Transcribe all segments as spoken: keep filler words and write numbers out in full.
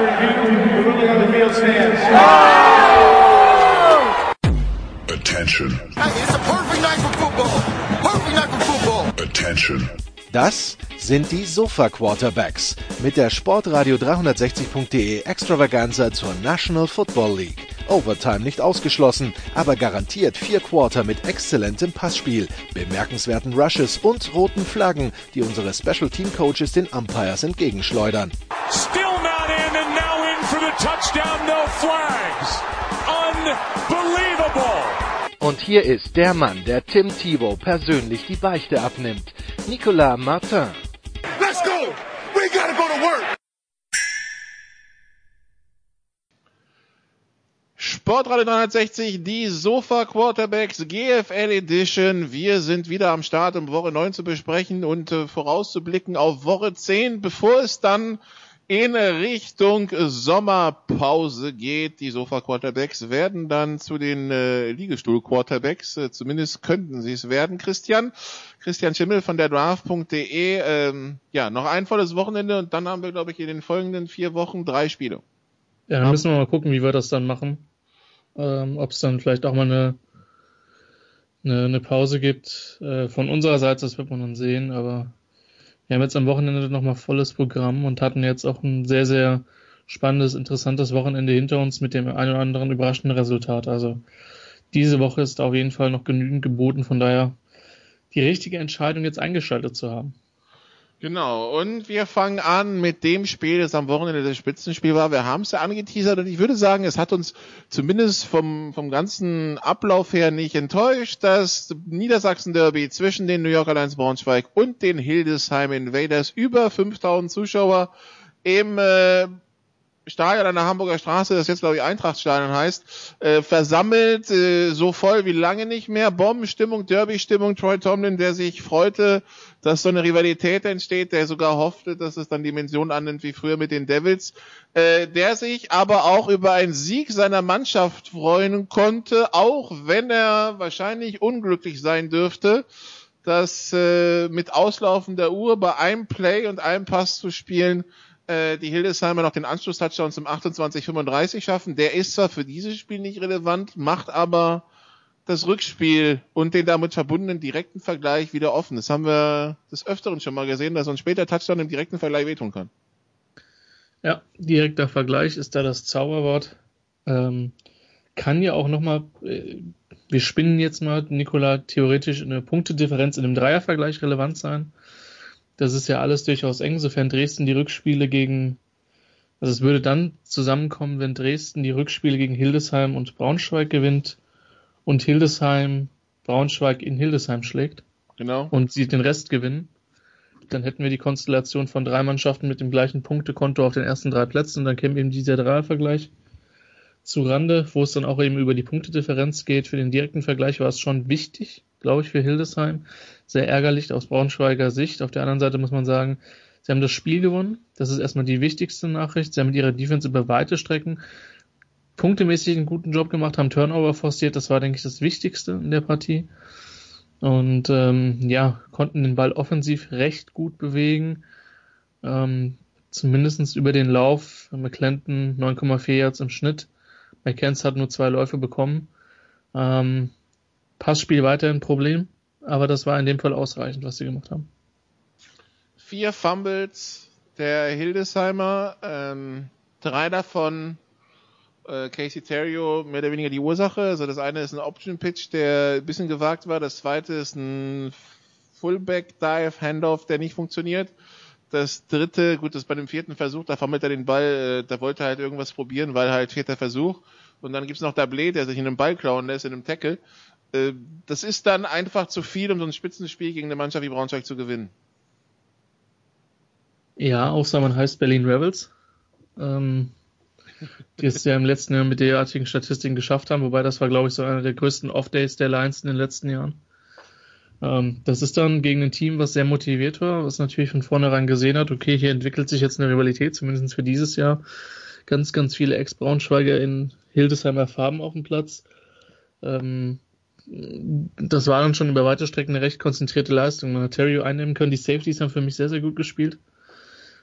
Attention. Hey, it's a perfect night for football. Perfect night for football. Attention. Das sind die Sofa Quarterbacks mit der Sportradio dreihundertsechzig Punkt de Extravaganza zur National Football League. Overtime nicht ausgeschlossen, aber garantiert vier Quarter mit exzellentem Passspiel, bemerkenswerten Rushes und roten Flaggen, die unsere Special Team Coaches den Umpires entgegenschleudern. Still not in and now in for the touchdown, no flags. Unbelievable. Und hier ist der Mann, der Tim Tebow persönlich die Beichte abnimmt. Nicolas Martin. Let's go. We gotta go to work. Sportradio dreihundertsechzig, die Sofa Quarterbacks G F L Edition. Wir sind wieder am Start, um Woche neun zu besprechen und äh, vorauszublicken auf Woche zehn, bevor es dann in Richtung Sommerpause geht. Die Sofa Quarterbacks werden dann zu den äh, Liegestuhl Quarterbacks, äh, zumindest könnten sie es werden. Christian, Christian Schimmel von der Draft Punkt de, ähm, ja, noch ein volles Wochenende und dann haben wir, glaube ich, in den folgenden vier Wochen drei Spiele. Ja, dann müssen wir mal gucken, wie wir das dann machen. Ähm, ob es dann vielleicht auch mal eine, eine, eine Pause gibt. Äh, von unserer Seite, das wird man dann sehen, aber wir haben jetzt am Wochenende nochmal volles Programm und hatten jetzt auch ein sehr, sehr spannendes, interessantes Wochenende hinter uns mit dem einen oder anderen überraschenden Resultat. Also diese Woche ist auf jeden Fall noch genügend geboten, von daher die richtige Entscheidung jetzt eingeschaltet zu haben. Genau, und wir fangen an mit dem Spiel, das am Wochenende das Spitzenspiel war. Wir haben es ja angeteasert und ich würde sagen, es hat uns zumindest vom vom ganzen Ablauf her nicht enttäuscht. Das Niedersachsen-Derby zwischen den New Yorker Lions Braunschweig und den Hildesheim Invaders, über fünftausend Zuschauer im äh, Stadion an der Hamburger Straße, das jetzt glaube ich Eintrachtstadion heißt, äh, versammelt, äh, so voll wie lange nicht mehr. Bombenstimmung, Derby-Stimmung, Troy Tomlin, der sich freute, dass so eine Rivalität entsteht, der sogar hoffte, dass es dann Dimensionen annimmt wie früher mit den Devils, äh, der sich aber auch über einen Sieg seiner Mannschaft freuen konnte, auch wenn er wahrscheinlich unglücklich sein dürfte, dass äh, mit Auslaufen der Uhr bei einem Play und einem Pass zu spielen, die Hildesheimer noch den Anschluss-Touchdown zum achtundzwanzig fünfunddreißig schaffen. Der ist zwar für dieses Spiel nicht relevant, macht aber das Rückspiel und den damit verbundenen direkten Vergleich wieder offen. Das haben wir des Öfteren schon mal gesehen, dass so ein später Touchdown im direkten Vergleich wehtun kann. Ja, direkter Vergleich ist da das Zauberwort. Ähm, kann ja auch nochmal, äh, wir spinnen jetzt mal, Nikola, theoretisch eine Punktedifferenz in einem Dreiervergleich relevant sein. Das ist ja alles durchaus eng, sofern Dresden die Rückspiele gegen, also es würde dann zusammenkommen, wenn Dresden die Rückspiele gegen Hildesheim und Braunschweig gewinnt und Hildesheim Braunschweig in Hildesheim schlägt. Genau. Und sie den Rest gewinnen. Dann hätten wir die Konstellation von drei Mannschaften mit dem gleichen Punktekonto auf den ersten drei Plätzen und dann käme eben dieser Dreiervergleich zu Rande, wo es dann auch eben über die Punktedifferenz geht. Für den direkten Vergleich war es schon wichtig, glaube ich, für Hildesheim. Sehr ärgerlich aus Braunschweiger Sicht. Auf der anderen Seite muss man sagen, sie haben das Spiel gewonnen. Das ist erstmal die wichtigste Nachricht. Sie haben mit ihrer Defense über weite Strecken punktemäßig einen guten Job gemacht, haben Turnover forciert. Das war, denke ich, das Wichtigste in der Partie. Und ähm, ja, konnten den Ball offensiv recht gut bewegen. Ähm, zumindest über den Lauf. McClendon neun Komma vier Yards im Schnitt. McCants hat nur zwei Läufe bekommen. Ähm, Passspiel weiterhin ein Problem, aber das war in dem Fall ausreichend, was sie gemacht haben. Vier Fumbles der Hildesheimer, ähm, drei davon äh, Casey Terrio mehr oder weniger die Ursache. Also das eine ist ein Option-Pitch, der ein bisschen gewagt war. Das zweite ist ein Fullback-Dive-Handoff, der nicht funktioniert. Das dritte, gut, das bei dem vierten Versuch, da fummelt er den Ball, äh, da wollte er halt irgendwas probieren, weil halt vierter Versuch. Und dann gibt's noch Dablé, der sich in einem Ball klauen lässt, in einem Tackle. Äh, das ist dann einfach zu viel, um so ein Spitzenspiel gegen eine Mannschaft wie Braunschweig zu gewinnen. Ja, außer man heißt Berlin Rebels, ähm, die es ja im letzten Jahr mit derartigen Statistiken geschafft haben, wobei das war, glaube ich, so einer der größten Off-Days der Lions in den letzten Jahren. Ähm, das ist dann gegen ein Team, was sehr motiviert war, was natürlich von vornherein gesehen hat, okay, hier entwickelt sich jetzt eine Rivalität, zumindest für dieses Jahr. Ganz, ganz viele Ex-Braunschweiger in Hildesheimer Farben auf dem Platz. Ähm, das war dann schon über weite Strecken eine recht konzentrierte Leistung. Man hat Terrio einnehmen können, die Safeties haben für mich sehr, sehr gut gespielt.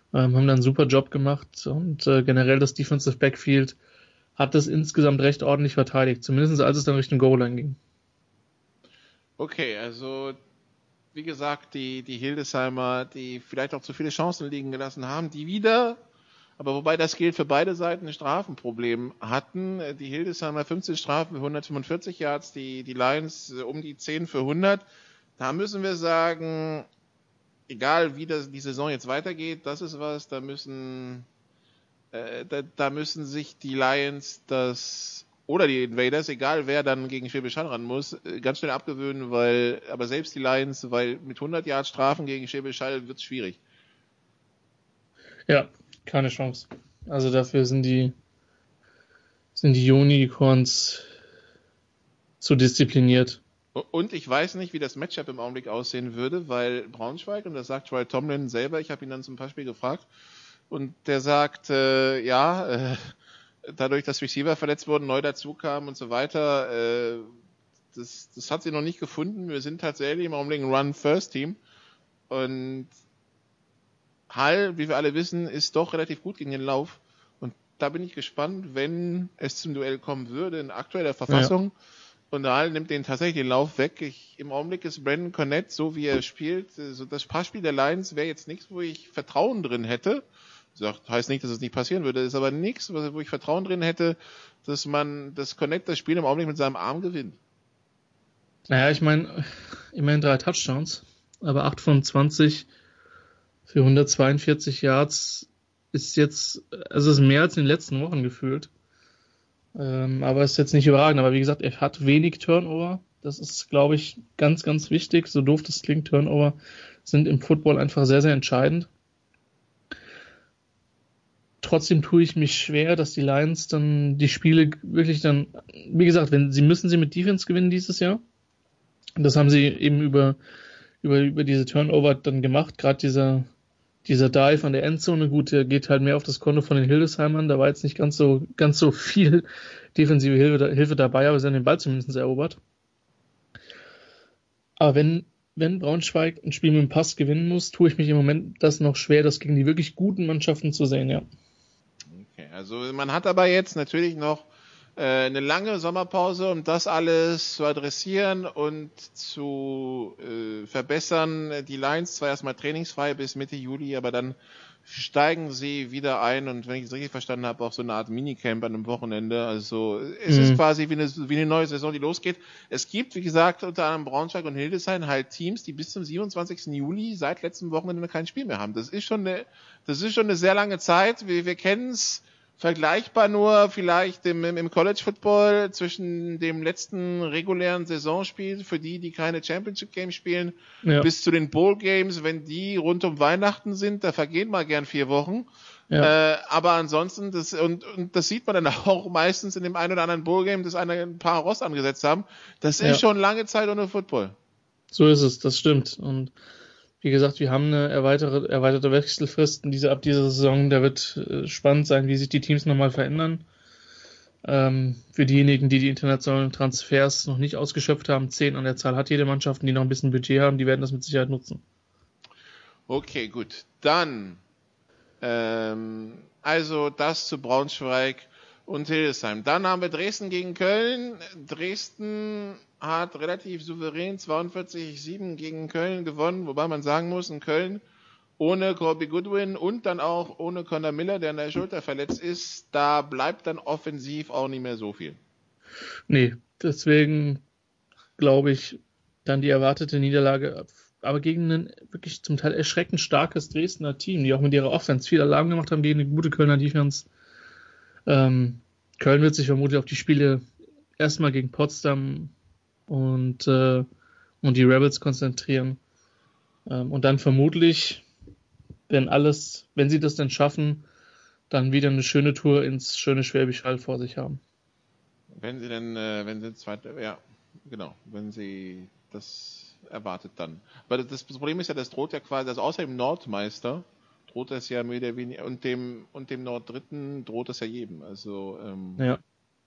ähm, haben da einen super Job gemacht und äh, generell das Defensive Backfield hat das insgesamt recht ordentlich verteidigt, zumindest als es dann Richtung Goal-Line ging. Okay, also wie gesagt, die, die Hildesheimer, die vielleicht auch zu viele Chancen liegen gelassen haben, die wieder, aber wobei das gilt für beide Seiten, ein Strafenproblem hatten. Die Hildesheimer fünfzehn Strafen für hundertfünfundvierzig Yards, die, die Lions um die zehn für hundert. Da müssen wir sagen, egal wie das, die Saison jetzt weitergeht, das ist was, da müssen, äh, da, da müssen sich die Lions das, oder die Invaders, egal wer dann gegen Schwäbisch Hall ran muss, ganz schnell abgewöhnen, weil, aber selbst die Lions, weil mit hundert Yards Strafen gegen Schwäbisch Hall wird's schwierig. Ja, keine Chance. Also dafür sind die, sind die Unicorns zu diszipliniert. Und ich weiß nicht, wie das Matchup im Augenblick aussehen würde, weil Braunschweig, und das sagt Troy Tomlin selber, ich habe ihn dann zum Beispiel gefragt, und der sagt, äh, ja, äh, dadurch, dass Receiver verletzt wurden, neu dazu kamen und so weiter, äh, das, das hat sie noch nicht gefunden. Wir sind tatsächlich im Augenblick ein Run-First-Team. Und Hall, wie wir alle wissen, ist doch relativ gut gegen den Lauf. Und da bin ich gespannt, wenn es zum Duell kommen würde, in aktueller Verfassung. Ja. Und Hall nimmt den tatsächlich den Lauf weg. Ich, im Augenblick ist Brandon Cornett, so wie er spielt, so das Passspiel der Lions wäre jetzt nichts, wo ich Vertrauen drin hätte. Sagt, heißt nicht, dass es nicht passieren würde, ist aber nichts, wo ich Vertrauen drin hätte, dass man das Connect das Spiel im Augenblick mit seinem Arm gewinnt. Naja, ich meine, immerhin drei Touchdowns, aber acht von zwanzig für hundertzweiundvierzig Yards ist jetzt, also ist mehr als in den letzten Wochen gefühlt. Ähm, aber ist jetzt nicht überragend. Aber wie gesagt, er hat wenig Turnover. Das ist, glaube ich, ganz, ganz wichtig. So doof das klingt, Turnover sind im Football einfach sehr, sehr entscheidend. Trotzdem tue ich mich schwer, dass die Lions dann die Spiele wirklich dann, wie gesagt, wenn sie müssen sie mit Defense gewinnen dieses Jahr. Das haben sie eben über über über diese Turnover dann gemacht. Gerade dieser dieser Dive an der Endzone, gut, der geht halt mehr auf das Konto von den Hildesheimern. Da war jetzt nicht ganz so ganz so viel defensive Hilfe, Hilfe dabei, aber sie haben den Ball zumindest erobert. Aber wenn wenn Braunschweig ein Spiel mit dem Pass gewinnen muss, tue ich mich im Moment das noch schwer, das gegen die wirklich guten Mannschaften zu sehen, ja. Okay, also man hat aber jetzt natürlich noch äh, eine lange Sommerpause, um das alles zu adressieren und zu äh, verbessern. Die Lions zwar erstmal trainingsfrei bis Mitte Juli, aber dann steigen sie wieder ein und wenn ich es richtig verstanden habe, auch so eine Art Minicamp an einem Wochenende. Also es mhm. ist quasi wie eine, wie eine neue Saison, die losgeht. Es gibt, wie gesagt, unter anderem Braunschweig und Hildesheim halt Teams, die bis zum siebenundzwanzigsten Juli seit letztem Wochenende kein Spiel mehr haben. Das ist schon eine, das ist schon eine sehr lange Zeit. Wir, wir kennen es vergleichbar nur vielleicht im, im College Football zwischen dem letzten regulären Saisonspiel für die, die keine Championship Games spielen, ja. bis zu den Bowl Games, wenn die rund um Weihnachten sind, da vergehen mal gern vier Wochen. Ja. Äh, aber ansonsten, das, und, und das sieht man dann auch meistens in dem einen oder anderen Bowl Game, dass einer ein paar Rost angesetzt haben. Das ist ja. schon lange Zeit ohne Football. So ist es, das stimmt. Und wie gesagt, wir haben eine erweiterte, erweiterte Wechselfrist in dieser, ab dieser Saison. Da wird äh, spannend sein, wie sich die Teams nochmal verändern. Ähm, für diejenigen, die die internationalen Transfers noch nicht ausgeschöpft haben, zehn an der Zahl hat jede Mannschaft, die noch ein bisschen Budget haben, die werden das mit Sicherheit nutzen. Okay, gut. Dann, ähm, also das zu Braunschweig und Hildesheim. Dann haben wir Dresden gegen Köln. Dresden hat relativ souverän zweiundvierzig sieben gegen Köln gewonnen, wobei man sagen muss, in Köln ohne Corby Goodwin und dann auch ohne Connor Miller, der an der Schulter verletzt ist, da bleibt dann offensiv auch nicht mehr so viel. Nee, deswegen glaube ich, dann die erwartete Niederlage, aber gegen ein wirklich zum Teil erschreckend starkes Dresdner Team, die auch mit ihrer Offense viel Alarm gemacht haben gegen eine gute Kölner Defense. Ähm, Köln wird sich vermutlich auf die Spiele erstmal gegen Potsdam und äh, und die Rebels konzentrieren ähm, und dann vermutlich, wenn alles, wenn sie das dann schaffen, dann wieder eine schöne Tour ins schöne Schwäbisch Hall vor sich haben. Wenn sie denn, äh, wenn sie zweite, ja, genau, wenn sie das erwartet dann. Weil das Problem ist ja, das droht ja quasi, also außer dem Nordmeister droht das ja mehr oder weniger und dem und dem Norddritten droht das ja jedem. Also ähm, ja.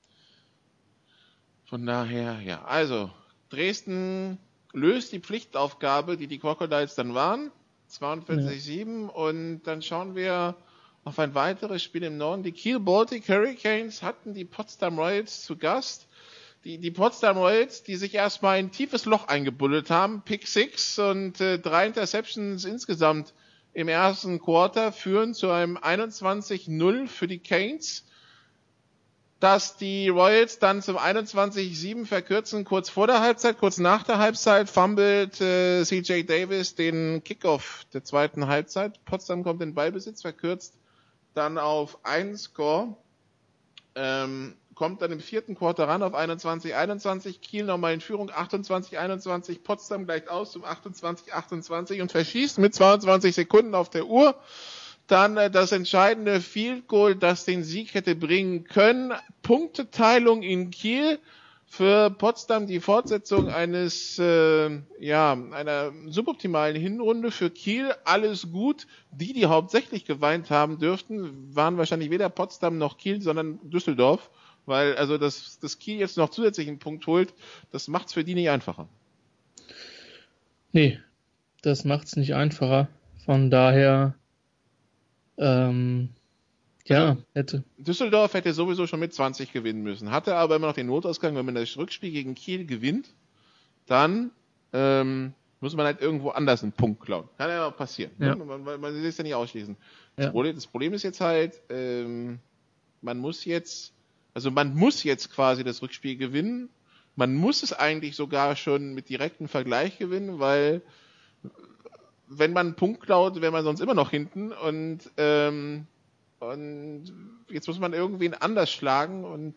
Von daher, ja. Also, Dresden löst die Pflichtaufgabe, die die Crocodiles dann waren. zweiundvierzig sieben. Ja. Und dann schauen wir auf ein weiteres Spiel im Norden. Die Kiel Baltic Hurricanes hatten die Potsdam Royals zu Gast. Die, die Potsdam Royals, die sich erstmal in ein tiefes Loch eingebuddelt haben. Pick six und äh, drei Interceptions insgesamt im ersten Quarter führen zu einem einundzwanzig null für die Canes. Dass die Royals dann zum einundzwanzig sieben verkürzen, kurz vor der Halbzeit, kurz nach der Halbzeit, fummelt äh, C J Davis den Kickoff der zweiten Halbzeit. Potsdam kommt in Ballbesitz, verkürzt dann auf einen Score, ähm, kommt dann im vierten Quarter ran auf einundzwanzig einundzwanzig, Kiel nochmal in Führung, achtundzwanzig einundzwanzig, Potsdam gleicht aus zum achtundzwanzig achtundzwanzig und verschießt mit zweiundzwanzig Sekunden auf der Uhr. Dann äh, das entscheidende Field Goal, das den Sieg hätte bringen können. Punkteteilung in Kiel. Für Potsdam die Fortsetzung eines, äh, ja, einer suboptimalen Hinrunde. Für Kiel alles gut. Die, die hauptsächlich geweint haben dürften, waren wahrscheinlich weder Potsdam noch Kiel, sondern Düsseldorf. Weil, also, dass, dass Kiel jetzt noch zusätzlich einen Punkt holt, das macht's für die nicht einfacher. Nee, das macht's nicht einfacher. Von daher, ähm, ja, hätte. Düsseldorf hätte sowieso schon mit zwanzig gewinnen müssen. Hatte aber immer noch den Notausgang, wenn man das Rückspiel gegen Kiel gewinnt, dann ähm, muss man halt irgendwo anders einen Punkt klauen. Kann ja mal passieren. Ja. Ne? Man, man, man will es ja nicht ausschließen. Ja. Das, Problem, das Problem ist jetzt halt, ähm, man muss jetzt, also man muss jetzt quasi das Rückspiel gewinnen. Man muss es eigentlich sogar schon mit direktem Vergleich gewinnen, weil wenn man einen Punkt klaut, wäre man sonst immer noch hinten und ähm, Und jetzt muss man irgendwen anders schlagen und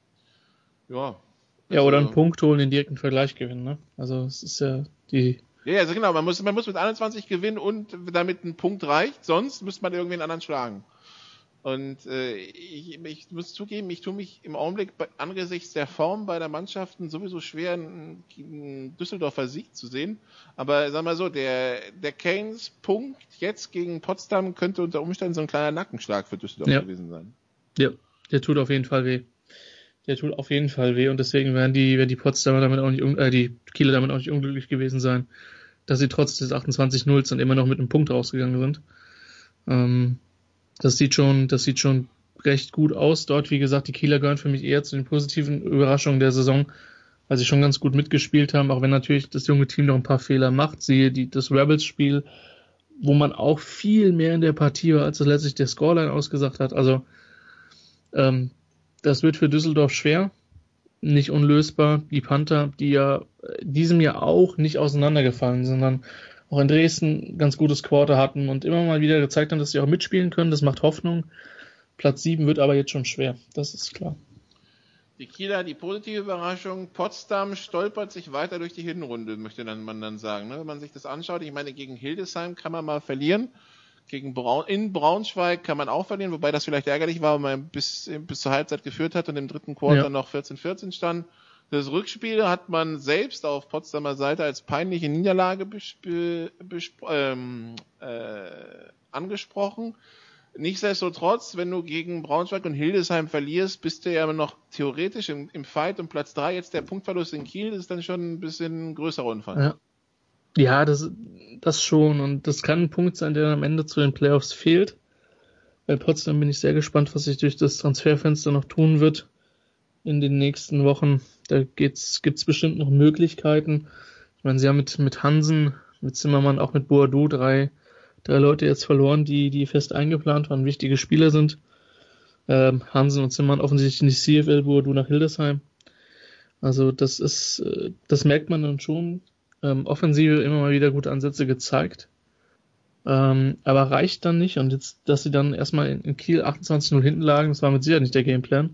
ja. Ja, oder also, einen Punkt holen, den direkten Vergleich gewinnen, ne? Also es ist ja die. Ja, also genau, man muss, man muss mit einundzwanzig gewinnen und damit ein Punkt reicht, sonst müsste man irgendwen anderen schlagen. Und äh, ich, ich muss zugeben, ich tue mich im Augenblick bei, angesichts der Form beider Mannschaften sowieso schwer, einen, einen Düsseldorfer Sieg zu sehen. Aber sag mal so, der, der Canes Punkt jetzt gegen Potsdam könnte unter Umständen so ein kleiner Nackenschlag für Düsseldorf ja. gewesen sein. Ja, der tut auf jeden Fall weh. Der tut auf jeden Fall weh und deswegen werden die, werden die Potsdamer damit auch nicht, äh, die Kieler damit auch nicht unglücklich gewesen sein, dass sie trotz des achtundzwanzig null dann immer noch mit einem Punkt rausgegangen sind. Ähm, Das sieht schon, das sieht schon recht gut aus dort. Wie gesagt, die Kieler gehören für mich eher zu den positiven Überraschungen der Saison, weil sie schon ganz gut mitgespielt haben, auch wenn natürlich das junge Team noch ein paar Fehler macht. Siehe die, das Rebels-Spiel, wo man auch viel mehr in der Partie war, als das letztlich der Scoreline ausgesagt hat. Also, ähm, das wird für Düsseldorf schwer, nicht unlösbar. Die Panther, die ja diesem Jahr auch nicht auseinandergefallen, sondern auch in Dresden ganz gutes Quarter hatten und immer mal wieder gezeigt haben, dass sie auch mitspielen können. Das macht Hoffnung. Platz sieben wird aber jetzt schon schwer. Das ist klar. Die Kieler, die positive Überraschung. Potsdam stolpert sich weiter durch die Hinrunde, möchte man dann sagen. Ne? Wenn man sich das anschaut, ich meine, gegen Hildesheim kann man mal verlieren. Gegen Braun, in Braunschweig kann man auch verlieren, wobei das vielleicht ärgerlich war, weil man bis, bis zur Halbzeit geführt hat und im dritten Quarter ja. noch vierzehn vierzehn stand. Das Rückspiel hat man selbst auf Potsdamer Seite als peinliche Niederlage besp- besp- ähm, äh, angesprochen. Nichtsdestotrotz, wenn du gegen Braunschweig und Hildesheim verlierst, bist du ja immer noch theoretisch im, im Fight um Platz drei. Jetzt der Punktverlust in Kiel, das ist dann schon ein bisschen ein größerer Unfall. Ja, ja das, das schon. Und das kann ein Punkt sein, der am Ende zu den Playoffs fehlt. Bei Potsdam bin ich sehr gespannt, was sich durch das Transferfenster noch tun wird in den nächsten Wochen. Da geht's, gibt's bestimmt noch Möglichkeiten. Ich meine, sie haben mit, mit Hansen, mit Zimmermann, auch mit Boadu drei, drei Leute jetzt verloren, die, die fest eingeplant waren, wichtige Spieler sind. Ähm, Hansen und Zimmermann offensichtlich nicht C F L, Boadu nach Hildesheim. Also das ist, das merkt man dann schon. Ähm, Offensive immer mal wieder gute Ansätze gezeigt. Ähm, aber reicht dann nicht. Und jetzt, dass sie dann erstmal in, in Kiel achtundzwanzig null hinten lagen, das war mit Sicherheit nicht der Gameplan.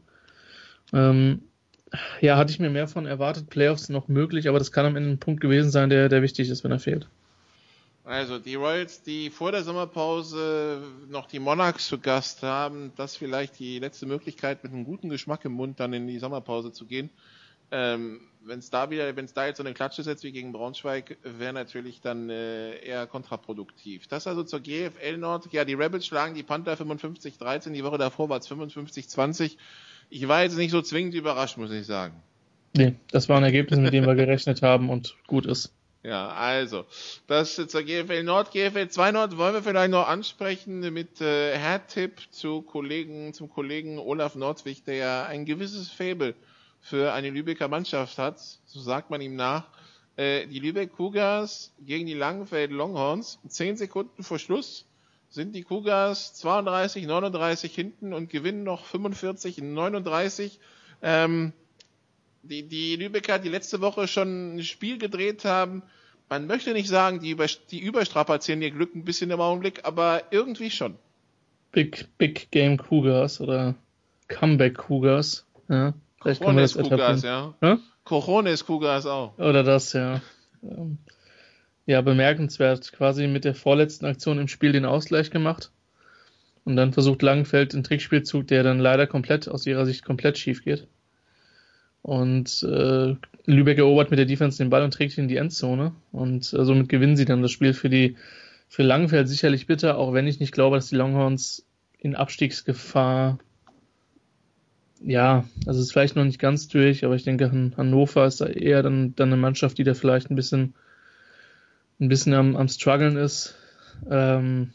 Ähm, ja, hatte ich mir mehr von erwartet. Playoffs noch möglich, aber das kann am Ende ein Punkt gewesen sein, der, der wichtig ist, wenn er fehlt. Also die Royals, die vor der Sommerpause noch die Monarchs zu Gast haben, das vielleicht die letzte Möglichkeit, mit einem guten Geschmack im Mund dann in die Sommerpause zu gehen. Ähm, wenn es da wieder, wenn es da jetzt so eine Klatsche setzt wie gegen Braunschweig, wäre natürlich dann äh, eher kontraproduktiv. Das also zur G F L Nord. Ja, die Rebels schlagen die Panther fünfundfünfzig dreizehn, die Woche davor war es fünfundfünfzig zwanzig. Ich war jetzt nicht so zwingend überrascht, muss ich sagen. Nee, das war ein Ergebnis, mit dem wir gerechnet haben und gut ist. Ja, also, das zur G F L Nord. G F L zwei Nord wollen wir vielleicht noch ansprechen mit äh, Herr-Tipp zu Kollegen, zum Kollegen Olaf Nordwig, der ja ein gewisses Faible für eine Lübecker Mannschaft hat, so sagt man ihm nach. Äh, die Lübeck Cougars gegen die Langenfeld Longhorns, zehn Sekunden vor Schluss sind die Cougars zweiunddreißig neununddreißig hinten und gewinnen noch fünfundvierzig neununddreißig. Ähm, die, die Lübecker, die letzte Woche schon ein Spiel gedreht haben, man möchte nicht sagen, die, über, die überstrapazieren ihr Glück ein bisschen im Augenblick, aber irgendwie schon. Big, Big Game Cougars oder Comeback Cougars, ja. Vielleicht kann man das Cougars, ja. ja. Cojones Cougars auch. Oder das, ja. Ja, bemerkenswert. Quasi mit der vorletzten Aktion im Spiel den Ausgleich gemacht. Und dann versucht Langenfeld einen Trickspielzug, der dann leider komplett, aus ihrer Sicht komplett schief geht. Und äh, Lübeck erobert mit der Defense den Ball und trägt ihn in die Endzone. Und äh, somit gewinnen sie dann das Spiel für die für Langenfeld sicherlich bitter, auch wenn ich nicht glaube, dass die Longhorns in Abstiegsgefahr, ja, also es ist vielleicht noch nicht ganz durch, aber ich denke, Hannover ist da eher dann, dann eine Mannschaft, die da vielleicht ein bisschen ein bisschen am, am struggeln ist. Ähm,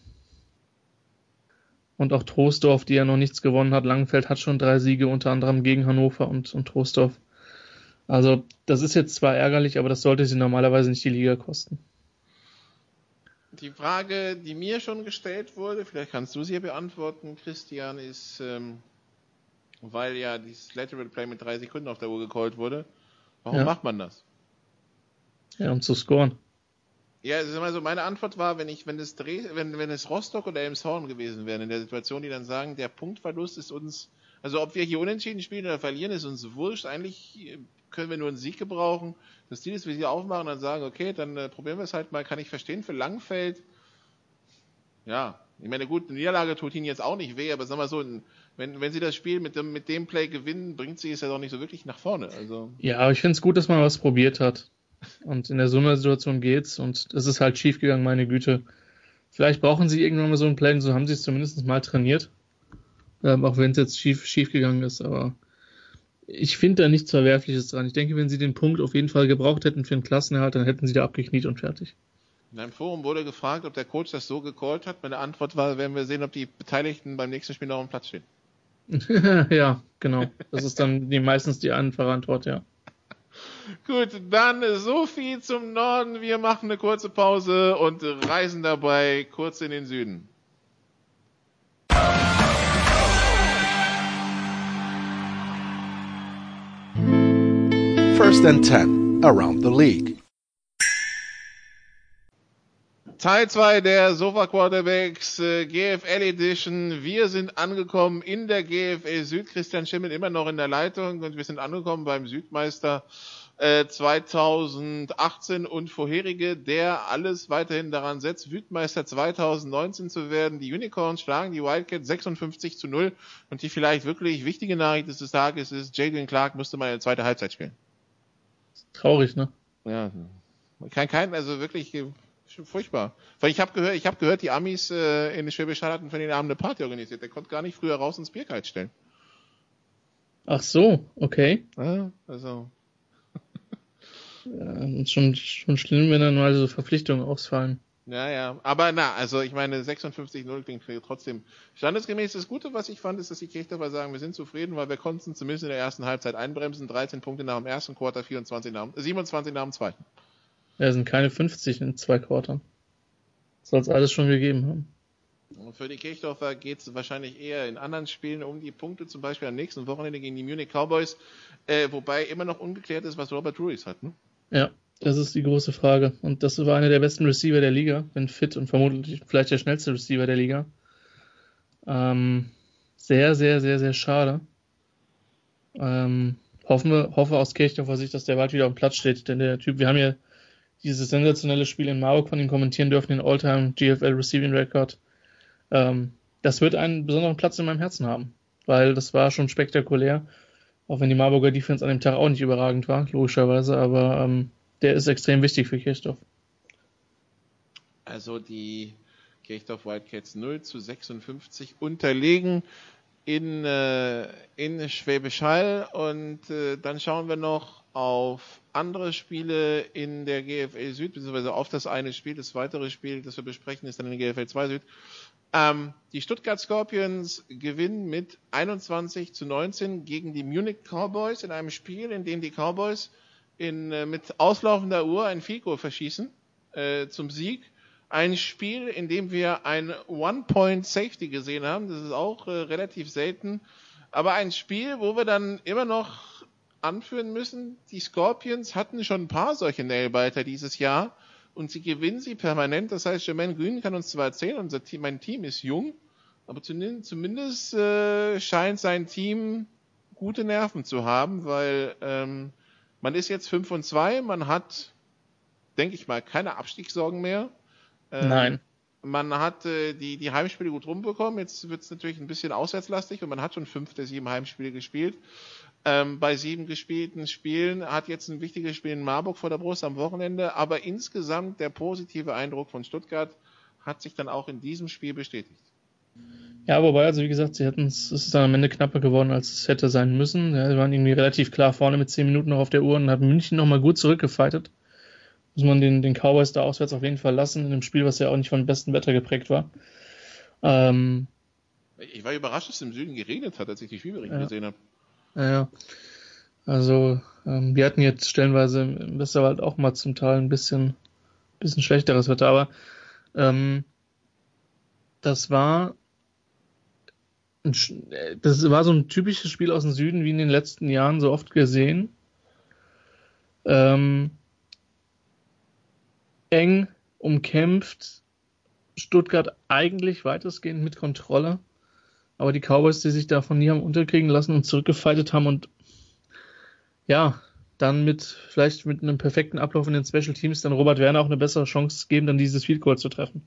und auch Troisdorf, die ja noch nichts gewonnen hat. Langenfeld hat schon drei Siege, unter anderem gegen Hannover und, und Troisdorf. Also das ist jetzt zwar ärgerlich, aber das sollte sie normalerweise nicht die Liga kosten. Die Frage, die mir schon gestellt wurde, vielleicht kannst du sie beantworten, Christian, ist, ähm, weil ja dieses Lateral Play mit drei Sekunden auf der Uhr gecallt wurde, warum Ja. macht man das? Ja, um zu scoren. Ja, also immer so, meine Antwort war, wenn ich, wenn es Dreh, wenn, wenn es Rostock oder Elmshorn gewesen wären in der Situation, die dann sagen, der Punktverlust ist uns, also ob wir hier unentschieden spielen oder verlieren, ist uns wurscht. Eigentlich können wir nur einen Sieg gebrauchen. Das Ziel ist, wir sie aufmachen und dann sagen, okay, dann äh, probieren wir es halt mal, kann ich verstehen. Für Langfeld, ja, ich meine, gut, eine Niederlage tut ihnen jetzt auch nicht weh, aber sag mal so, wenn, wenn sie das Spiel mit dem, mit dem Play gewinnen, bringt sie es ja doch nicht so wirklich nach vorne. Also. Ja, aber ich finde es gut, dass man was probiert hat. Und in der so einer Situation geht's und es ist halt schief gegangen, meine Güte. Vielleicht brauchen sie irgendwann mal so einen Plan, so haben sie es zumindest mal trainiert. Ähm, auch wenn es jetzt schief, schief gegangen ist, aber ich finde da nichts Verwerfliches dran. Ich denke, wenn sie den Punkt auf jeden Fall gebraucht hätten für einen Klassenerhalt, dann hätten sie da abgekniet und fertig. In einem Forum wurde gefragt, ob der Coach das so gecallt hat. Meine Antwort war, werden wir sehen, ob die Beteiligten beim nächsten Spiel noch am Platz stehen. Ja, genau. Das ist dann die, meistens die einfache Antwort, ja. Gut, dann so viel zum Norden. Wir machen eine kurze Pause und reisen dabei kurz in den Süden. First and ten around the league. Teil zwei der Sofa Quarterbacks äh, G F L Edition. Wir sind angekommen in der G F L Süd. Christian Schimmel immer noch in der Leitung und wir sind angekommen beim Südmeister äh, zweitausendachtzehn und vorherige, der alles weiterhin daran setzt, Südmeister zweitausendneunzehn zu werden. Die Unicorns schlagen die Wildcats sechsundfünfzig zu null und die vielleicht wirklich wichtige Nachricht des Tages ist, Jalen Clark musste mal eine zweite Halbzeit spielen. Traurig, ne? Ja, kein, kein, also wirklich furchtbar. Weil ich habe gehört, ich habe gehört, die Amis äh, in Schwäbisch Hall hatten für den Abend eine Party organisiert. Der konnte gar nicht früher raus ins Bierkalt stellen. Ach so, okay. Ja, also. Ja, schon, schon schlimm, wenn dann mal so Verpflichtungen ausfallen. Ja, ja. Aber na, also ich meine, sechsundfünfzig null klingt trotzdem standesgemäß. Das Gute, was ich fand, ist, dass die Kirchdorfer sagen, wir sind zufrieden, weil wir konnten zumindest in der ersten Halbzeit einbremsen. dreizehn Punkte nach dem ersten Quarter, vierundzwanzig nach dem, siebenundzwanzig nach dem zweiten. Ja, sind keine fünfzig in zwei Quartern. Soll es alles schon gegeben haben. Und für die Kirchdorfer geht es wahrscheinlich eher in anderen Spielen um die Punkte, zum Beispiel am nächsten Wochenende gegen die Munich Cowboys, äh, wobei immer noch ungeklärt ist, was Robert Ruiz hat, ne? Ja, das ist die große Frage. Und das war einer der besten Receiver der Liga, wenn fit und vermutlich vielleicht der schnellste Receiver der Liga. Ähm, sehr, sehr, sehr, sehr schade. Ähm, hoffen wir, hoffe aus Kirchdorfer Sicht, dass der bald wieder auf dem Platz steht, denn der Typ, wir haben ja dieses sensationelle Spiel in Marburg von ihm kommentieren dürfen, den All-Time G F L Receiving Record. Ähm, das wird einen besonderen Platz in meinem Herzen haben, weil das war schon spektakulär, auch wenn die Marburger Defense an dem Tag auch nicht überragend war, logischerweise, aber ähm, der ist extrem wichtig für Kirchdorf. Also die Kirchdorf Wildcats null zu sechsundfünfzig unterlegen in, äh, in Schwäbisch Hall und äh, dann schauen wir noch auf andere Spiele in der G F L Süd, beziehungsweise auf das eine Spiel. Das weitere Spiel, das wir besprechen, ist dann in der G F L zwei Süd. Ähm, die Stuttgart Scorpions gewinnen mit einundzwanzig zu neunzehn gegen die Munich Cowboys in einem Spiel, in dem die Cowboys in, äh, mit auslaufender Uhr ein Field Goal verschießen äh, zum Sieg. Ein Spiel, in dem wir ein One-Point-Safety gesehen haben. Das ist auch äh, relativ selten. Aber ein Spiel, wo wir dann immer noch anführen müssen, die Scorpions hatten schon ein paar solche Nailbiter dieses Jahr und sie gewinnen sie permanent. Das heißt, Jermaine Green kann uns zwar erzählen, unser Team, mein Team ist jung, aber zumindest, zumindest äh, scheint sein Team gute Nerven zu haben, weil ähm, man ist jetzt fünf und zwei, man hat, denke ich mal, keine Abstiegssorgen mehr. Ähm, Nein. Man hat äh, die, die Heimspiele gut rumbekommen, jetzt wird es natürlich ein bisschen auswärtslastig und man hat schon fünf der sieben Heimspiele gespielt. Ähm, bei sieben gespielten Spielen hat jetzt ein wichtiges Spiel in Marburg vor der Brust am Wochenende, aber insgesamt der positive Eindruck von Stuttgart hat sich dann auch in diesem Spiel bestätigt. Ja, wobei, also wie gesagt, sie hätten es, es ist dann am Ende knapper geworden, als es hätte sein müssen. Ja, sie waren irgendwie relativ klar vorne mit zehn Minuten noch auf der Uhr und hat München nochmal gut zurückgefightet. Muss man den, den Cowboys da auswärts auf jeden Fall lassen, in einem Spiel, was ja auch nicht von bestem Wetter geprägt war. Ähm, ich war überrascht, dass es im Süden geregnet hat, als ich die Spielberichte ja. gesehen habe. Ja, also ähm, wir hatten jetzt stellenweise im Westerwald auch mal zum Teil ein bisschen, bisschen schlechteres Wetter, aber ähm, das war ein, das war so ein typisches Spiel aus dem Süden, wie in den letzten Jahren so oft gesehen. Ähm, eng, umkämpft, Stuttgart eigentlich weitestgehend mit Kontrolle, aber die Cowboys, die sich davon nie haben unterkriegen lassen und zurückgefightet haben und ja, dann mit, vielleicht mit einem perfekten Ablauf in den Special Teams dann Robert Werner auch eine bessere Chance geben, dann dieses Field Goal zu treffen.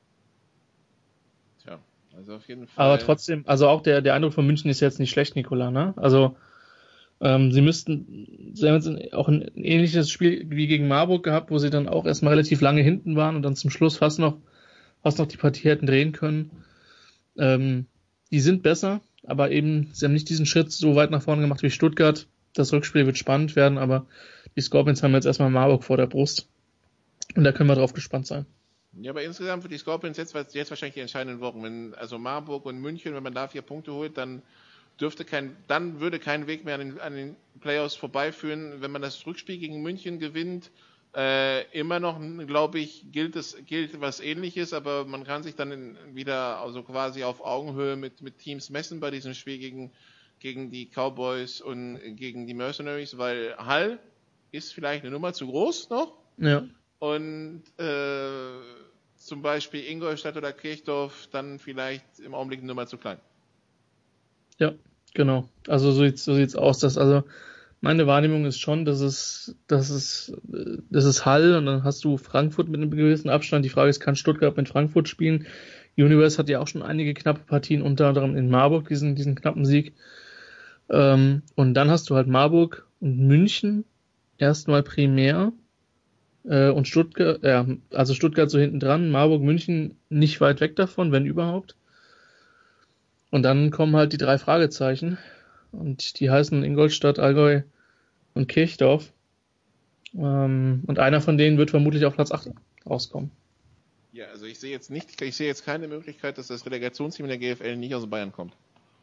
Tja, also auf jeden Fall. Aber trotzdem, also auch der, der Eindruck von München ist jetzt nicht schlecht, Nicola, ne? Also, ähm, sie müssten, sie haben jetzt auch ein ähnliches Spiel wie gegen Marburg gehabt, wo sie dann auch erstmal relativ lange hinten waren und dann zum Schluss fast noch, fast noch die Partie hätten drehen können. Ähm, die sind besser, aber eben, sie haben nicht diesen Schritt so weit nach vorne gemacht wie Stuttgart. Das Rückspiel wird spannend werden, aber die Scorpions haben jetzt erstmal Marburg vor der Brust. Und da können wir drauf gespannt sein. Ja, aber insgesamt für die Scorpions jetzt, jetzt wahrscheinlich die entscheidenden Wochen. Wenn, also Marburg und München, wenn man da vier Punkte holt, dann dürfte kein, dann würde kein Weg mehr an den, an den Playoffs vorbeiführen. Wenn man das Rückspiel gegen München gewinnt, äh, immer noch, glaube ich, gilt es, gilt was Ähnliches, aber man kann sich dann in, wieder, also quasi auf Augenhöhe mit, mit Teams messen bei diesem Spiel gegen gegen die Cowboys und gegen die Mercenaries, weil Hall ist vielleicht eine Nummer zu groß noch. Ja. Und äh, zum Beispiel Ingolstadt oder Kirchdorf dann vielleicht im Augenblick eine Nummer zu klein. Ja, genau. Also so sieht's, so sieht's aus. Dass, also meine Wahrnehmung ist schon, dass es, dass es, das ist Hall und dann hast du Frankfurt mit einem gewissen Abstand. Die Frage ist, kann Stuttgart mit Frankfurt spielen? Universe hat ja auch schon einige knappe Partien, unter anderem in Marburg, diesen, diesen knappen Sieg. Ähm, und dann hast du halt Marburg und München erstmal primär äh, und Stuttgart, ja, also Stuttgart so hinten dran, Marburg, München nicht weit weg davon, wenn überhaupt. Und dann kommen halt die drei Fragezeichen und die heißen Ingolstadt, Allgäu und Kirchdorf. Ähm, und einer von denen wird vermutlich auf Platz acht rauskommen. Ja, also ich sehe jetzt nicht, ich sehe jetzt keine Möglichkeit, dass das Relegationsteam in der G F L nicht aus Bayern kommt.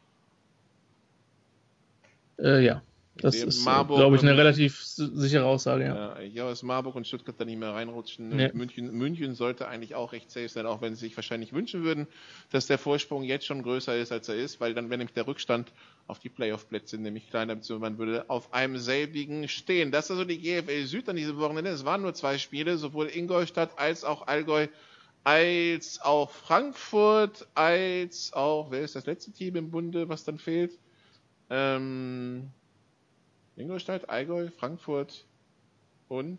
Äh, ja, das ist, glaube ich, eine relativ sichere Aussage, ja. Ja, ich glaube, dass Marburg und Stuttgart da nicht mehr reinrutschen. Nee. Und München, München sollte eigentlich auch recht safe sein, auch wenn sie sich wahrscheinlich wünschen würden, dass der Vorsprung jetzt schon größer ist, als er ist, weil dann wäre nämlich der Rückstand auf die Playoff-Plätze nämlich kleiner, beziehungsweise man würde auf einem selbigen stehen. Das ist also die G F L Süd an diesem Wochenende. Es waren nur zwei Spiele, sowohl Ingolstadt als auch Allgäu, als auch Frankfurt, als auch, wer ist das letzte Team im Bunde, was dann fehlt? Ähm, Ingolstadt, Allgäu, Frankfurt und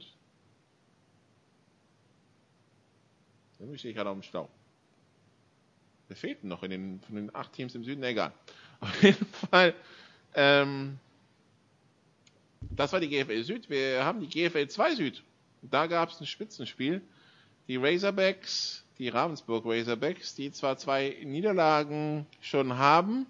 da stehe ich gerade auf dem Stau. Wer fehlt denn noch in den, von den acht Teams im Süden? Egal. Auf jeden Fall, ähm, das war die G F L Süd. Wir haben die G F L zwei Süd. Da gab es ein Spitzenspiel. Die Razorbacks, die Ravensburg Razorbacks, die zwar zwei Niederlagen schon haben,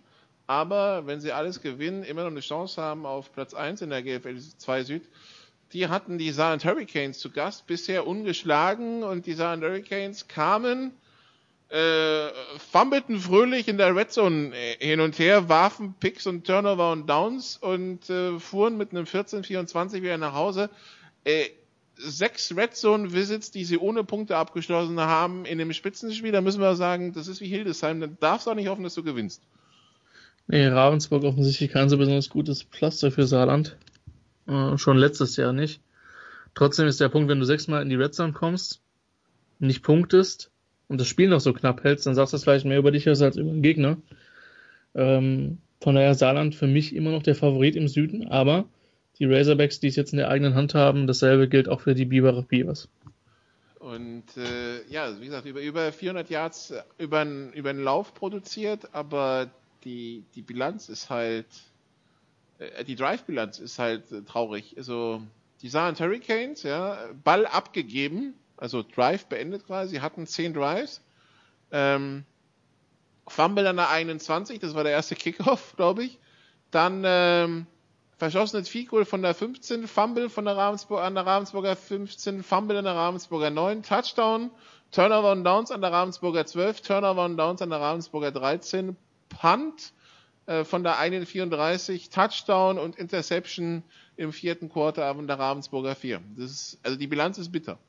aber wenn sie alles gewinnen, immer noch eine Chance haben auf Platz eins in der G F L zwei Süd. Die hatten die Saarland Hurricanes zu Gast, bisher ungeschlagen, und die Saarland Hurricanes kamen, äh, fummelten fröhlich in der Red Zone hin und her, warfen Picks und Turnover und Downs und äh, fuhren mit einem vierzehn vierundzwanzig wieder nach Hause. Äh, sechs Red Zone Visits, die sie ohne Punkte abgeschlossen haben in dem Spitzenspiel, da müssen wir sagen, das ist wie Hildesheim, dann darfst du auch nicht hoffen, dass du gewinnst. Nee, Ravensburg offensichtlich kein so besonders gutes Pflaster für Saarland. Äh, schon letztes Jahr nicht. Trotzdem ist der Punkt, wenn du sechsmal in die Red Zone kommst, nicht punktest und das Spiel noch so knapp hältst, dann sagst du das vielleicht mehr über dich als über den Gegner. Ähm, von daher Saarland für mich immer noch der Favorit im Süden, aber die Razorbacks, die es jetzt in der eigenen Hand haben, dasselbe gilt auch für die Biberach Beavers. Und äh, ja, wie gesagt, über, über vierhundert Yards über einen über einen Lauf produziert, aber die, die Bilanz ist halt, äh, die Drive-Bilanz ist halt äh, traurig. Also die Saarland Hurricanes, ja, Ball abgegeben, also Drive beendet quasi, sie hatten zehn Drives, ähm, Fumble an der einundzwanzig, das war der erste Kickoff, glaube ich, dann ähm, verschossenes Field Goal von der fünfzehn, Fumble von der Ravensburg, an der Ravensburger fünfzehn, Fumble an der Ravensburger neun, Touchdown, Turnover und Downs an der Ravensburger zwölf, Turnover und Downs an der Ravensburger dreizehn, Punt äh, von der einundzwanzig, Touchdown und Interception im vierten Quarter an der Ravensburger vier. Das ist, also die Bilanz ist bitter.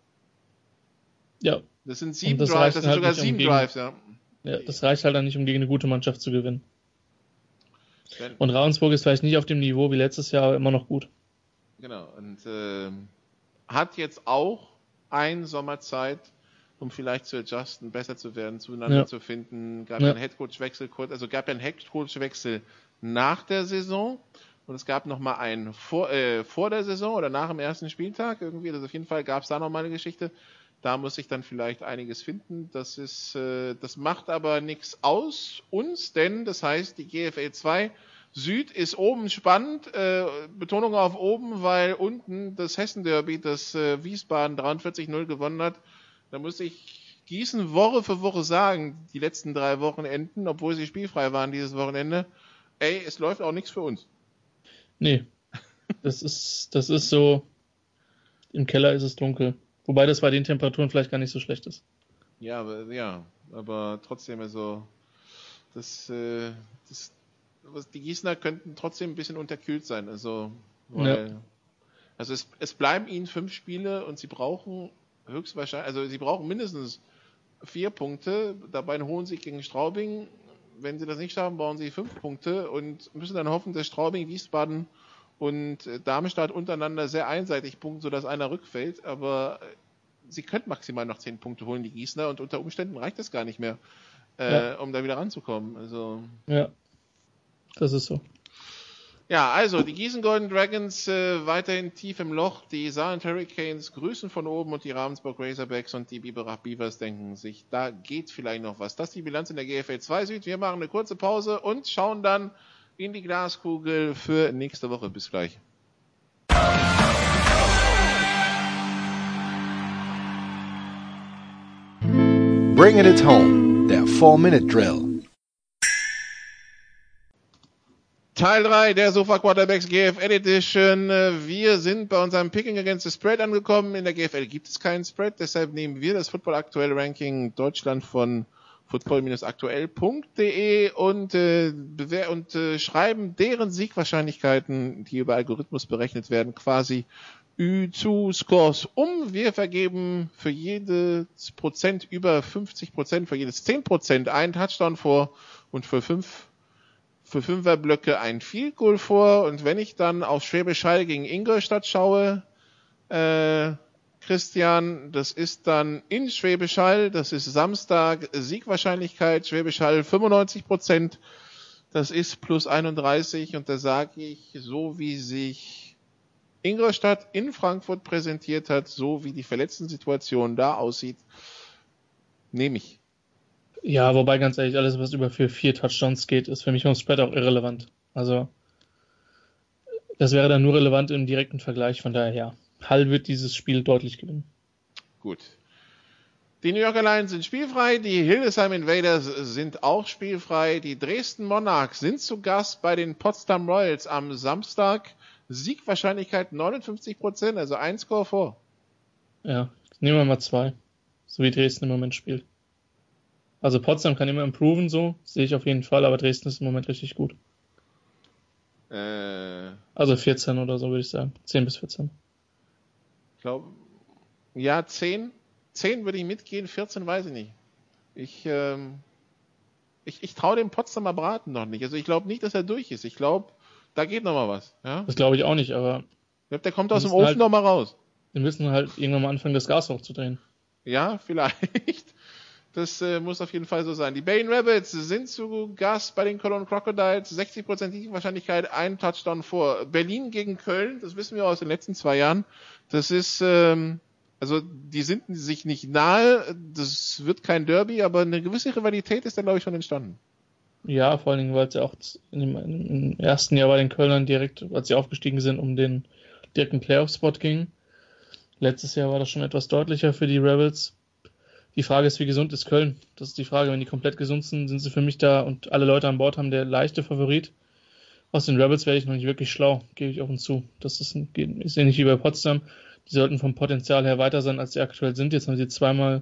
Ja. Das sind sieben das Drives, das sind halt sogar nicht, sieben um gegen, Drives, ja. ja. Das reicht halt dann nicht, um gegen eine gute Mannschaft zu gewinnen. Wenn, und Ravensburg ist vielleicht nicht auf dem Niveau wie letztes Jahr, aber immer noch gut. Genau, und äh, hat jetzt auch ein Sommerzeit, um vielleicht zu adjusten, besser zu werden, zueinander ja. zu finden. Gab ja einen Headcoach-Wechsel, also gab ja einen Headcoach-Wechsel nach der Saison und es gab nochmal einen vor, äh, vor der Saison oder nach dem ersten Spieltag irgendwie. Also auf jeden Fall gab es da nochmal eine Geschichte. Da muss sich dann vielleicht einiges finden. Das ist, äh, das macht aber nichts aus uns, denn das heißt, die G F L zwei Süd ist oben spannend, äh, Betonung auf oben, weil unten das Hessen-Derby, das äh, Wiesbaden dreiundvierzig null gewonnen hat. Da muss ich Gießen Woche für Woche sagen, die letzten drei Wochenenden, obwohl sie spielfrei waren dieses Wochenende, ey, es läuft auch nichts für uns. Nee, das ist, das ist so, im Keller ist es dunkel. Wobei das bei den Temperaturen vielleicht gar nicht so schlecht ist. Ja, aber, ja, aber trotzdem, also, das, äh, das, die Gießener könnten trotzdem ein bisschen unterkühlt sein, also, weil, ja. also es, es bleiben ihnen fünf Spiele und sie brauchen höchstwahrscheinlich, also sie brauchen mindestens vier Punkte, dabei einen hohen Sieg gegen Straubing. Wenn sie das nicht schaffen, brauchen sie fünf Punkte und müssen dann hoffen, dass Straubing, Wiesbaden und Darmstadt untereinander sehr einseitig punkten, sodass einer rückfällt, aber sie könnten maximal noch zehn Punkte holen, die Gießener, und unter Umständen reicht das gar nicht mehr, äh, ja. um da wieder ranzukommen. Also ja, das ist so. Ja, also die Gießen Golden Dragons äh, weiterhin tief im Loch, die Saarland Hurricanes grüßen von oben und die Ravensburg Razorbacks und die Biberach Beavers denken sich, da geht vielleicht noch was. Das ist die Bilanz in der G F L zwei Süd. Wir machen eine kurze Pause und schauen dann in die Glaskugel für nächste Woche. Bis gleich. Bringing it home, der Four-Minute-Drill. Teil drei der Sofa Quarterbacks G F L Edition. Wir sind bei unserem Picking Against the Spread angekommen. In der G F L gibt es keinen Spread, deshalb nehmen wir das Football Aktuell Ranking Deutschland von football aktuell punkt de und, äh, bewer- und äh, schreiben deren Siegwahrscheinlichkeiten, die über Algorithmus berechnet werden, quasi zu Scores um. Wir vergeben für jedes Prozent über fünfzig Prozent, für jedes zehn Prozent einen Touchdown vor und für fünf für Fünferblöcke ein Field Goal vor. Und wenn ich dann auf Schwäbisch Hall gegen Ingolstadt schaue, äh, Christian, das ist dann in Schwäbisch Hall, das ist Samstag, Siegwahrscheinlichkeit, Schwäbisch Hall fünfundneunzig Prozent, das ist plus einunddreißig, und da sage ich, so wie sich Ingolstadt in Frankfurt präsentiert hat, so wie die Verletzten-Situation da aussieht, nehme ich. Ja, wobei ganz ehrlich, alles, was über für vier Touchdowns geht, ist für mich vom Spread auch irrelevant. Also, das wäre dann nur relevant im direkten Vergleich, von daher, ja. Hall wird dieses Spiel deutlich gewinnen. Gut. Die New Yorker Lions sind spielfrei, die Hildesheim Invaders sind auch spielfrei, die Dresden Monarchs sind zu Gast bei den Potsdam Royals am Samstag. Siegwahrscheinlichkeit neunundfünfzig Prozent, also ein Score vor. Ja, nehmen wir mal zwei, so wie Dresden im Moment spielt. Also Potsdam kann immer improven, so sehe ich auf jeden Fall, aber Dresden ist im Moment richtig gut. Äh, also vierzehn oder so würde ich sagen, zehn bis vierzehn. Ich glaube, ja, zehn. zehn würde ich mitgehen, vierzehn weiß ich nicht. Ich, ähm, ich, ich traue dem Potsdamer Braten noch nicht. Also ich glaube nicht, dass er durch ist. Ich glaube, da geht noch mal was. Ja? Das glaube ich auch nicht, aber... Ich glaube, der kommt aus dem Ofen halt, noch mal raus. Wir müssen halt irgendwann mal anfangen, das Gas hochzudrehen. Ja, vielleicht. Das äh, muss auf jeden Fall so sein. Die Berlin Rabbits sind zu Gast bei den Cologne Crocodiles. sechzig Prozent Wahrscheinlichkeit, ein Touchdown vor. Berlin gegen Köln, das wissen wir aus den letzten zwei Jahren. Das ist... Ähm, Also die sind sich nicht nahe, das wird kein Derby, aber eine gewisse Rivalität ist da, glaube ich, schon entstanden. Ja, vor allen Dingen, weil es ja auch in dem, im ersten Jahr bei den Kölnern direkt, als sie aufgestiegen sind, um den direkten Playoff-Spot ging. Letztes Jahr war das schon etwas deutlicher für die Rebels. Die Frage ist, wie gesund ist Köln? Das ist die Frage. Wenn die komplett gesund sind, sind sie für mich da und alle Leute an Bord haben der leichte Favorit. Aus den Rebels werde ich noch nicht wirklich schlau, gebe ich offen zu. Das ist, ist ähnlich wie bei Potsdam. Die sollten vom Potenzial her weiter sein, als sie aktuell sind. Jetzt haben sie zweimal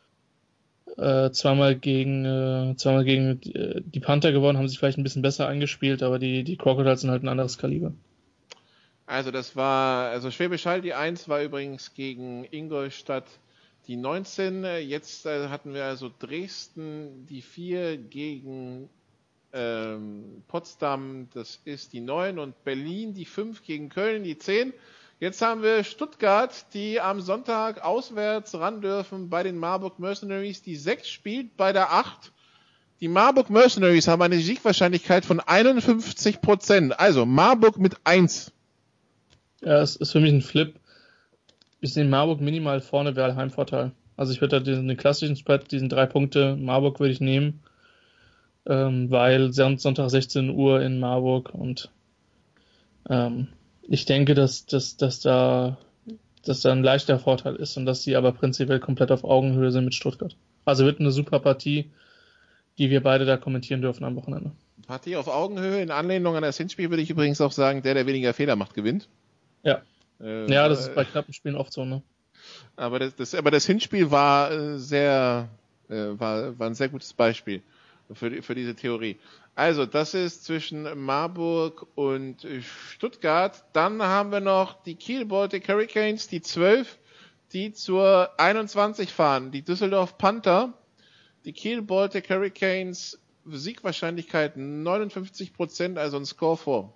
äh, zweimal gegen äh, zweimal gegen äh, die Panther gewonnen, haben sich vielleicht ein bisschen besser eingespielt, aber die, die Crocodiles sind halt ein anderes Kaliber. Also das war, also Schwäbisch Hall die eins war übrigens gegen Ingolstadt die neunzehn. Jetzt äh, hatten wir also Dresden die vier gegen ähm, Potsdam, das ist die neun, und Berlin die fünf gegen Köln die zehn. Jetzt haben wir Stuttgart, die am Sonntag auswärts ran dürfen bei den Marburg Mercenaries. Die sechs spielt bei der acht. Die Marburg Mercenaries haben eine Siegwahrscheinlichkeit von einundfünfzig Prozent. Also Marburg mit eins. Ja, es ist für mich ein Flip. Ich sehe Marburg minimal vorne, wäre Heimvorteil. Also ich würde da diesen den klassischen Spread, diesen drei Punkte Marburg würde ich nehmen, ähm, weil Sonntag sechzehn Uhr in Marburg und ähm, ich denke, dass, dass, dass, da, dass da ein leichter Vorteil ist und dass sie aber prinzipiell komplett auf Augenhöhe sind mit Stuttgart. Also wird eine super Partie, die wir beide da kommentieren dürfen am Wochenende. Partie auf Augenhöhe, in Anlehnung an das Hinspiel würde ich übrigens auch sagen, der, der weniger Fehler macht, gewinnt. Ja, äh, ja das ist bei knappen Spielen oft so, ne? Aber das, das, aber das Hinspiel war äh, sehr, äh, war, war ein sehr gutes Beispiel für, die, für diese Theorie. Also, das ist zwischen Marburg und Stuttgart. Dann haben wir noch die Kiel Baltic Hurricanes, die zwölf, die zur einundzwanzig fahren. Die Düsseldorf Panther, die Kiel Baltic Hurricanes, Siegwahrscheinlichkeit neunundfünfzig Prozent, also ein Score vor.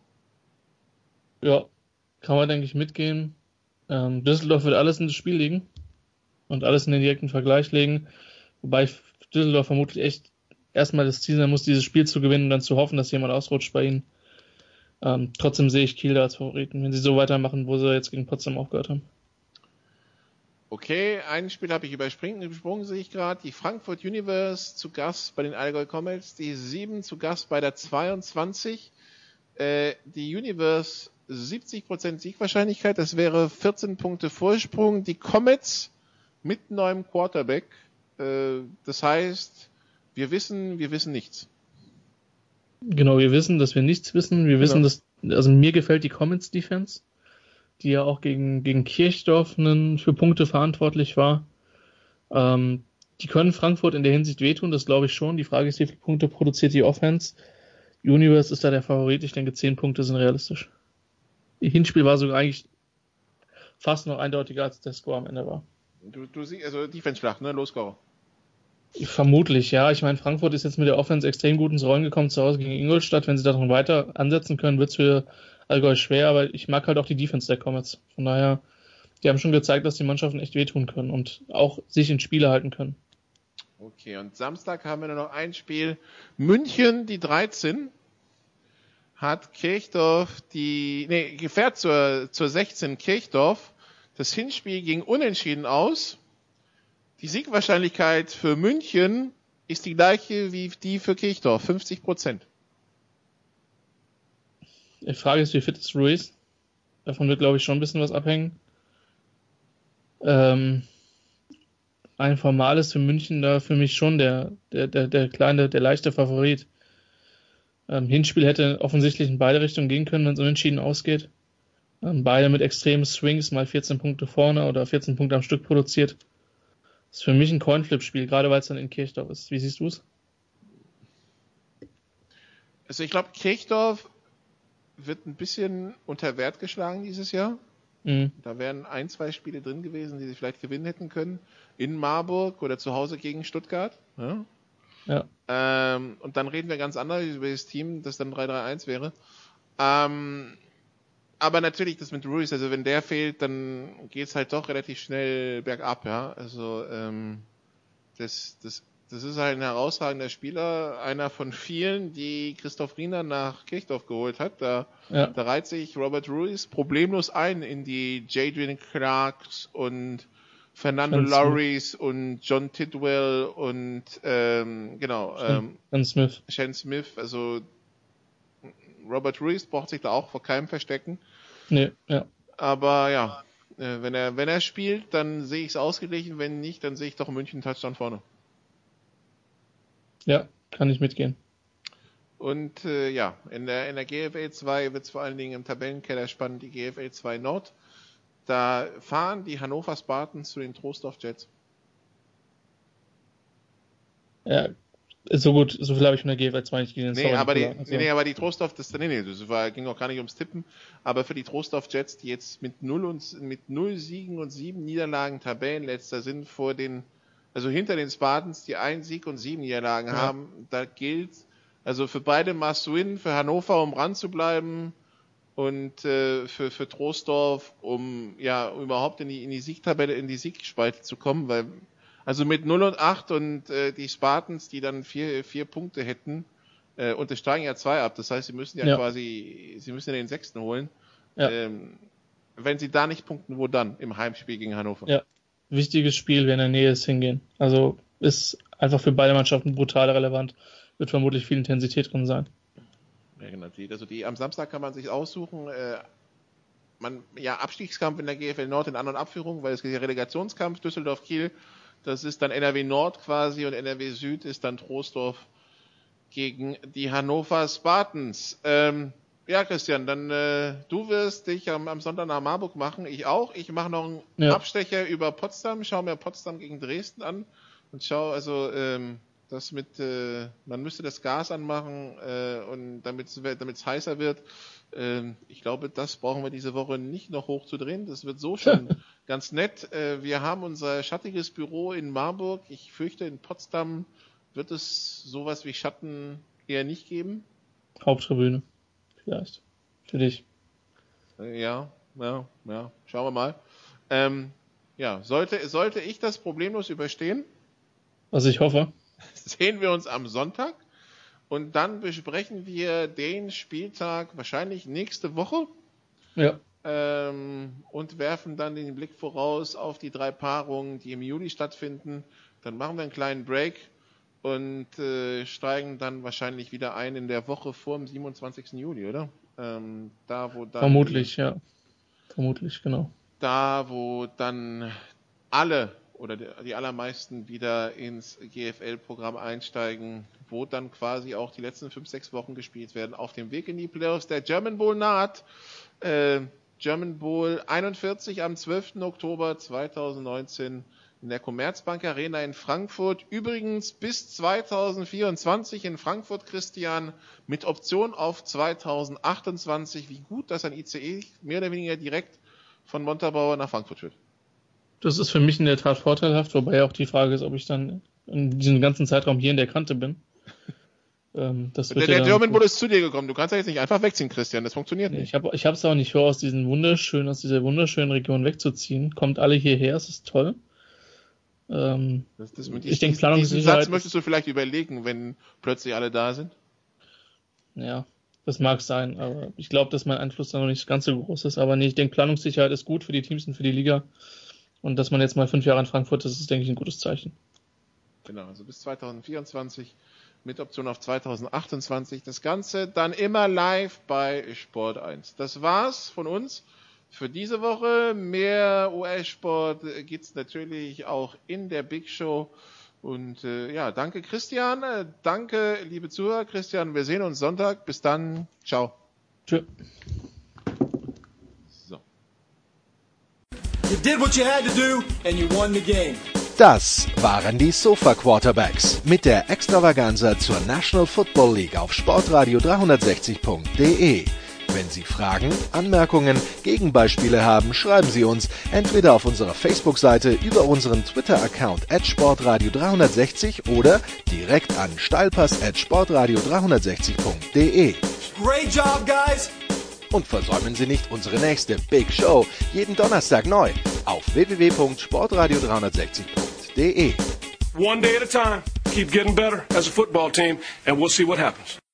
Ja, kann man, denke ich, mitgehen. Ähm, Düsseldorf wird alles in das Spiel legen und alles in den direkten Vergleich legen, wobei Düsseldorf vermutlich echt erstmal das Ziel sein muss, dieses Spiel zu gewinnen und dann zu hoffen, dass jemand ausrutscht bei ihnen. Ähm, trotzdem sehe ich Kiel da als Favoriten, wenn sie so weitermachen, wo sie jetzt gegen Potsdam aufgehört haben. Okay, ein Spiel habe ich übersprungen, übersprungen sehe ich gerade. Die Frankfurt Universe zu Gast bei den Allgäu Comets, die sieben zu Gast bei der zweiundzwanzig. Äh, die Universe siebzig Prozent Siegwahrscheinlichkeit, das wäre vierzehn Punkte Vorsprung. Die Comets mit neuem Quarterback, äh, das heißt, wir wissen, wir wissen nichts. Genau, wir wissen, dass wir nichts wissen. Wir wissen, genau. dass, also mir gefällt die Comets Defense, die ja auch gegen, gegen Kirchdorf einen, für Punkte verantwortlich war. Ähm, die können Frankfurt in der Hinsicht wehtun, das glaube ich schon. Die Frage ist, wie viele Punkte produziert die Offense? Universe ist da der Favorit. Ich denke, zehn Punkte sind realistisch. Ihr Hinspiel war sogar eigentlich fast noch eindeutiger, als der Score am Ende war. Du, du siehst, also Defense schlacht, ne? Los, Score. Vermutlich, ja. Ich meine, Frankfurt ist jetzt mit der Offense extrem gut ins Rollen gekommen zu Hause gegen Ingolstadt. Wenn sie da noch weiter ansetzen können, wird es für Allgäu schwer, aber ich mag halt auch die Defense der Comets. Von daher, die haben schon gezeigt, dass die Mannschaften echt wehtun können und auch sich in Spiele halten können. Okay, und Samstag haben wir nur noch ein Spiel. München, die dreizehn, hat Kirchdorf die, nee, gefährt zur, zur sechzehn Kirchdorf. Das Hinspiel ging unentschieden aus. Die Siegwahrscheinlichkeit für München ist die gleiche wie die für Kirchdorf, fünfzig Prozent. Die Frage ist, wie fit ist Ruiz? Davon wird, glaube ich, schon ein bisschen was abhängen. Ähm, Ein formal ist für München da für mich schon der, der, der, der kleine, der leichte Favorit. Ähm, Hinspiel hätte offensichtlich in beide Richtungen gehen können, wenn es unentschieden ausgeht. Ähm, beide mit extremen Swings, mal vierzehn Punkte vorne oder vierzehn Punkte am Stück produziert. Das ist für mich ein Coinflip-Spiel, gerade weil es dann in Kirchdorf ist. Wie siehst du es? Also ich glaube, Kirchdorf wird ein bisschen unter Wert geschlagen dieses Jahr. Mhm. Da wären ein, zwei Spiele drin gewesen, die sie vielleicht gewinnen hätten können. In Marburg oder zu Hause gegen Stuttgart. Ja. Ja. Ähm, und dann reden wir ganz anders über das Team, das dann drei drei eins wäre. Ähm, aber natürlich das mit Ruiz, also wenn der fehlt, dann geht es halt doch relativ schnell bergab. Ja. Also ähm, das, das, das ist halt ein herausragender Spieler, einer von vielen, die Christoph Riener nach Kirchdorf geholt hat. Da, Ja. da reiht sich Robert Ruiz problemlos ein in die Jadrian Clarks und Fernando Sean Lowrys und John Tidwell und ähm, genau ähm, Sean Smith. Shane Smith. Also Robert Ruiz braucht sich da auch vor keinem verstecken. Nee, ja. Aber ja, äh, wenn er wenn er spielt, dann sehe ich es ausgeglichen. Wenn nicht, dann sehe ich doch München Touchdown vorne. Ja, kann ich mitgehen. Und äh, ja, in der, in der G F L zwei wird es vor allen Dingen im Tabellenkeller spannend, die G F L zwei Nord. Da fahren die Hannover Spartans zu den Troisdorf Jets. Ja, so gut, so viel habe ich von der G F L zwei nicht gesehen. Nee, Sorry, aber die, Nicola. Also, nee, nee, aber die Troisdorf, das, nee, nee, das war, ging auch gar nicht ums Tippen, aber für die Troisdorf Jets, die jetzt mit null und mit null Siegen und sieben Niederlagen Tabellenletzter sind vor den, also hinter den Spartans, die einen Sieg und sieben Niederlagen Ja. haben, da gilt, also für beide must win, für Hannover, um ran zu bleiben und äh, für, für Troisdorf, um ja überhaupt in die, in die Siegtabelle, in die Siegspalte zu kommen, weil also mit null und acht und äh, die Spartans, die dann vier, vier Punkte hätten, äh, und es steigen ja zwei ab, das heißt, sie müssen ja, Ja. quasi, sie müssen ja den sechsten holen. Ja. Ähm, wenn sie da nicht punkten, wo dann? Im Heimspiel gegen Hannover. Ja. Wichtiges Spiel, wer in der Nähe ist, hingehen. Also ist einfach für beide Mannschaften brutal relevant. Wird vermutlich viel Intensität drin sein. Ja, genau. Die, also die, am Samstag kann man sich aussuchen, äh, man, ja, Abstiegskampf in der G F L Nord in anderen Abführungen, weil es geht ja Relegationskampf, Düsseldorf-Kiel, das ist dann N R W Nord quasi und N R W Süd ist dann Troisdorf gegen die Hannover Spartans. Ähm, ja, Christian, dann äh, du wirst dich am, am Sonntag nach Marburg machen, ich auch. Ich mache noch einen Ja. Abstecher über Potsdam, schaue mir Potsdam gegen Dresden an und schaue also ähm, das mit, äh, man müsste das Gas anmachen äh, und damit es heißer wird. Ähm, ich glaube, das brauchen wir diese Woche nicht noch hochzudrehen. Das wird so schon ganz nett. Äh, wir haben unser schattiges Büro in Marburg. Ich fürchte, in Potsdam wird es sowas wie Schatten eher nicht geben. Haupttribüne. Vielleicht. Für dich. Äh, ja, ja, ja. Schauen wir mal. Ähm, ja, sollte, sollte ich das problemlos überstehen, Was ich hoffe. sehen wir uns am Sonntag und dann besprechen wir den Spieltag wahrscheinlich nächste Woche Ja. ähm, und werfen dann den Blick voraus auf die drei Paarungen, die im Juli stattfinden. Dann machen wir einen kleinen Break und äh, steigen dann wahrscheinlich wieder ein in der Woche vor dem siebenundzwanzigsten Juli, oder? Ähm, da, wo dann Vermutlich, ja. Vermutlich, genau. da, wo dann alle oder die, die allermeisten wieder ins G F L-Programm einsteigen, wo dann quasi auch die letzten fünf, sechs Wochen gespielt werden, auf dem Weg in die Playoffs. Der German Bowl naht. Äh, German Bowl einundvierzig am zwölften Oktober zweitausendneunzehn in der Commerzbank Arena in Frankfurt. Übrigens bis zweitausendvierundzwanzig in Frankfurt, Christian, mit Option auf zweitausendachtundzwanzig. Wie gut, dass ein I C E mehr oder weniger direkt von Montabaur nach Frankfurt führt. Das ist für mich in der Tat vorteilhaft, wobei auch die Frage ist, ob ich dann in diesem ganzen Zeitraum hier in der Kante bin. Ähm, das wird Der, ja der dann- German Bowl ist zu dir gekommen. Du kannst ja jetzt nicht einfach wegziehen, Christian. Das funktioniert Nee, nicht. ich habe ich es auch nicht vor, aus diesen wunderschönen, aus dieser wunderschönen Region wegzuziehen. Kommt alle hierher, es ist toll. Ähm, Das, das, mit Ich diesen- denke, diesen Planungssicherheit Satz möchtest du vielleicht überlegen, wenn plötzlich alle da sind. ja, das mag sein, aber ich glaube, dass mein Einfluss da noch nicht ganz so groß ist. Aber nee, ich denke, Planungssicherheit ist gut für die Teams und für die Liga. Und dass man jetzt mal fünf Jahre in Frankfurt ist, ist, denke ich, ein gutes Zeichen. Genau, also bis zweitausendvierundzwanzig mit Option auf zweitausendachtundzwanzig. Das Ganze dann immer live bei Sport eins. Das war's von uns für diese Woche. Mehr U S-Sport gibt's natürlich auch in der Big Show. Und äh, ja, danke Christian, äh, danke liebe Zuhörer. Christian, wir sehen uns Sonntag. Bis dann, ciao. Tschö. So. You did what you had to do and you won the game. Das waren die Sofa Quarterbacks mit der Extravaganza zur National Football League auf sportradio dreihundertsechzig punkt de. Wenn Sie Fragen, Anmerkungen, Gegenbeispiele haben, schreiben Sie uns entweder auf unserer Facebook-Seite, über unseren Twitter-Account at sportradio dreihundertsechzig oder direkt an steilpass at sportradio dreihundertsechzig punkt de. Great job, guys! Und versäumen Sie nicht unsere nächste Big Show, jeden Donnerstag neu auf w w w punkt sportradio dreihundertsechzig punkt de. One day at a time. Keep getting better as a football team, and we'll see what happens.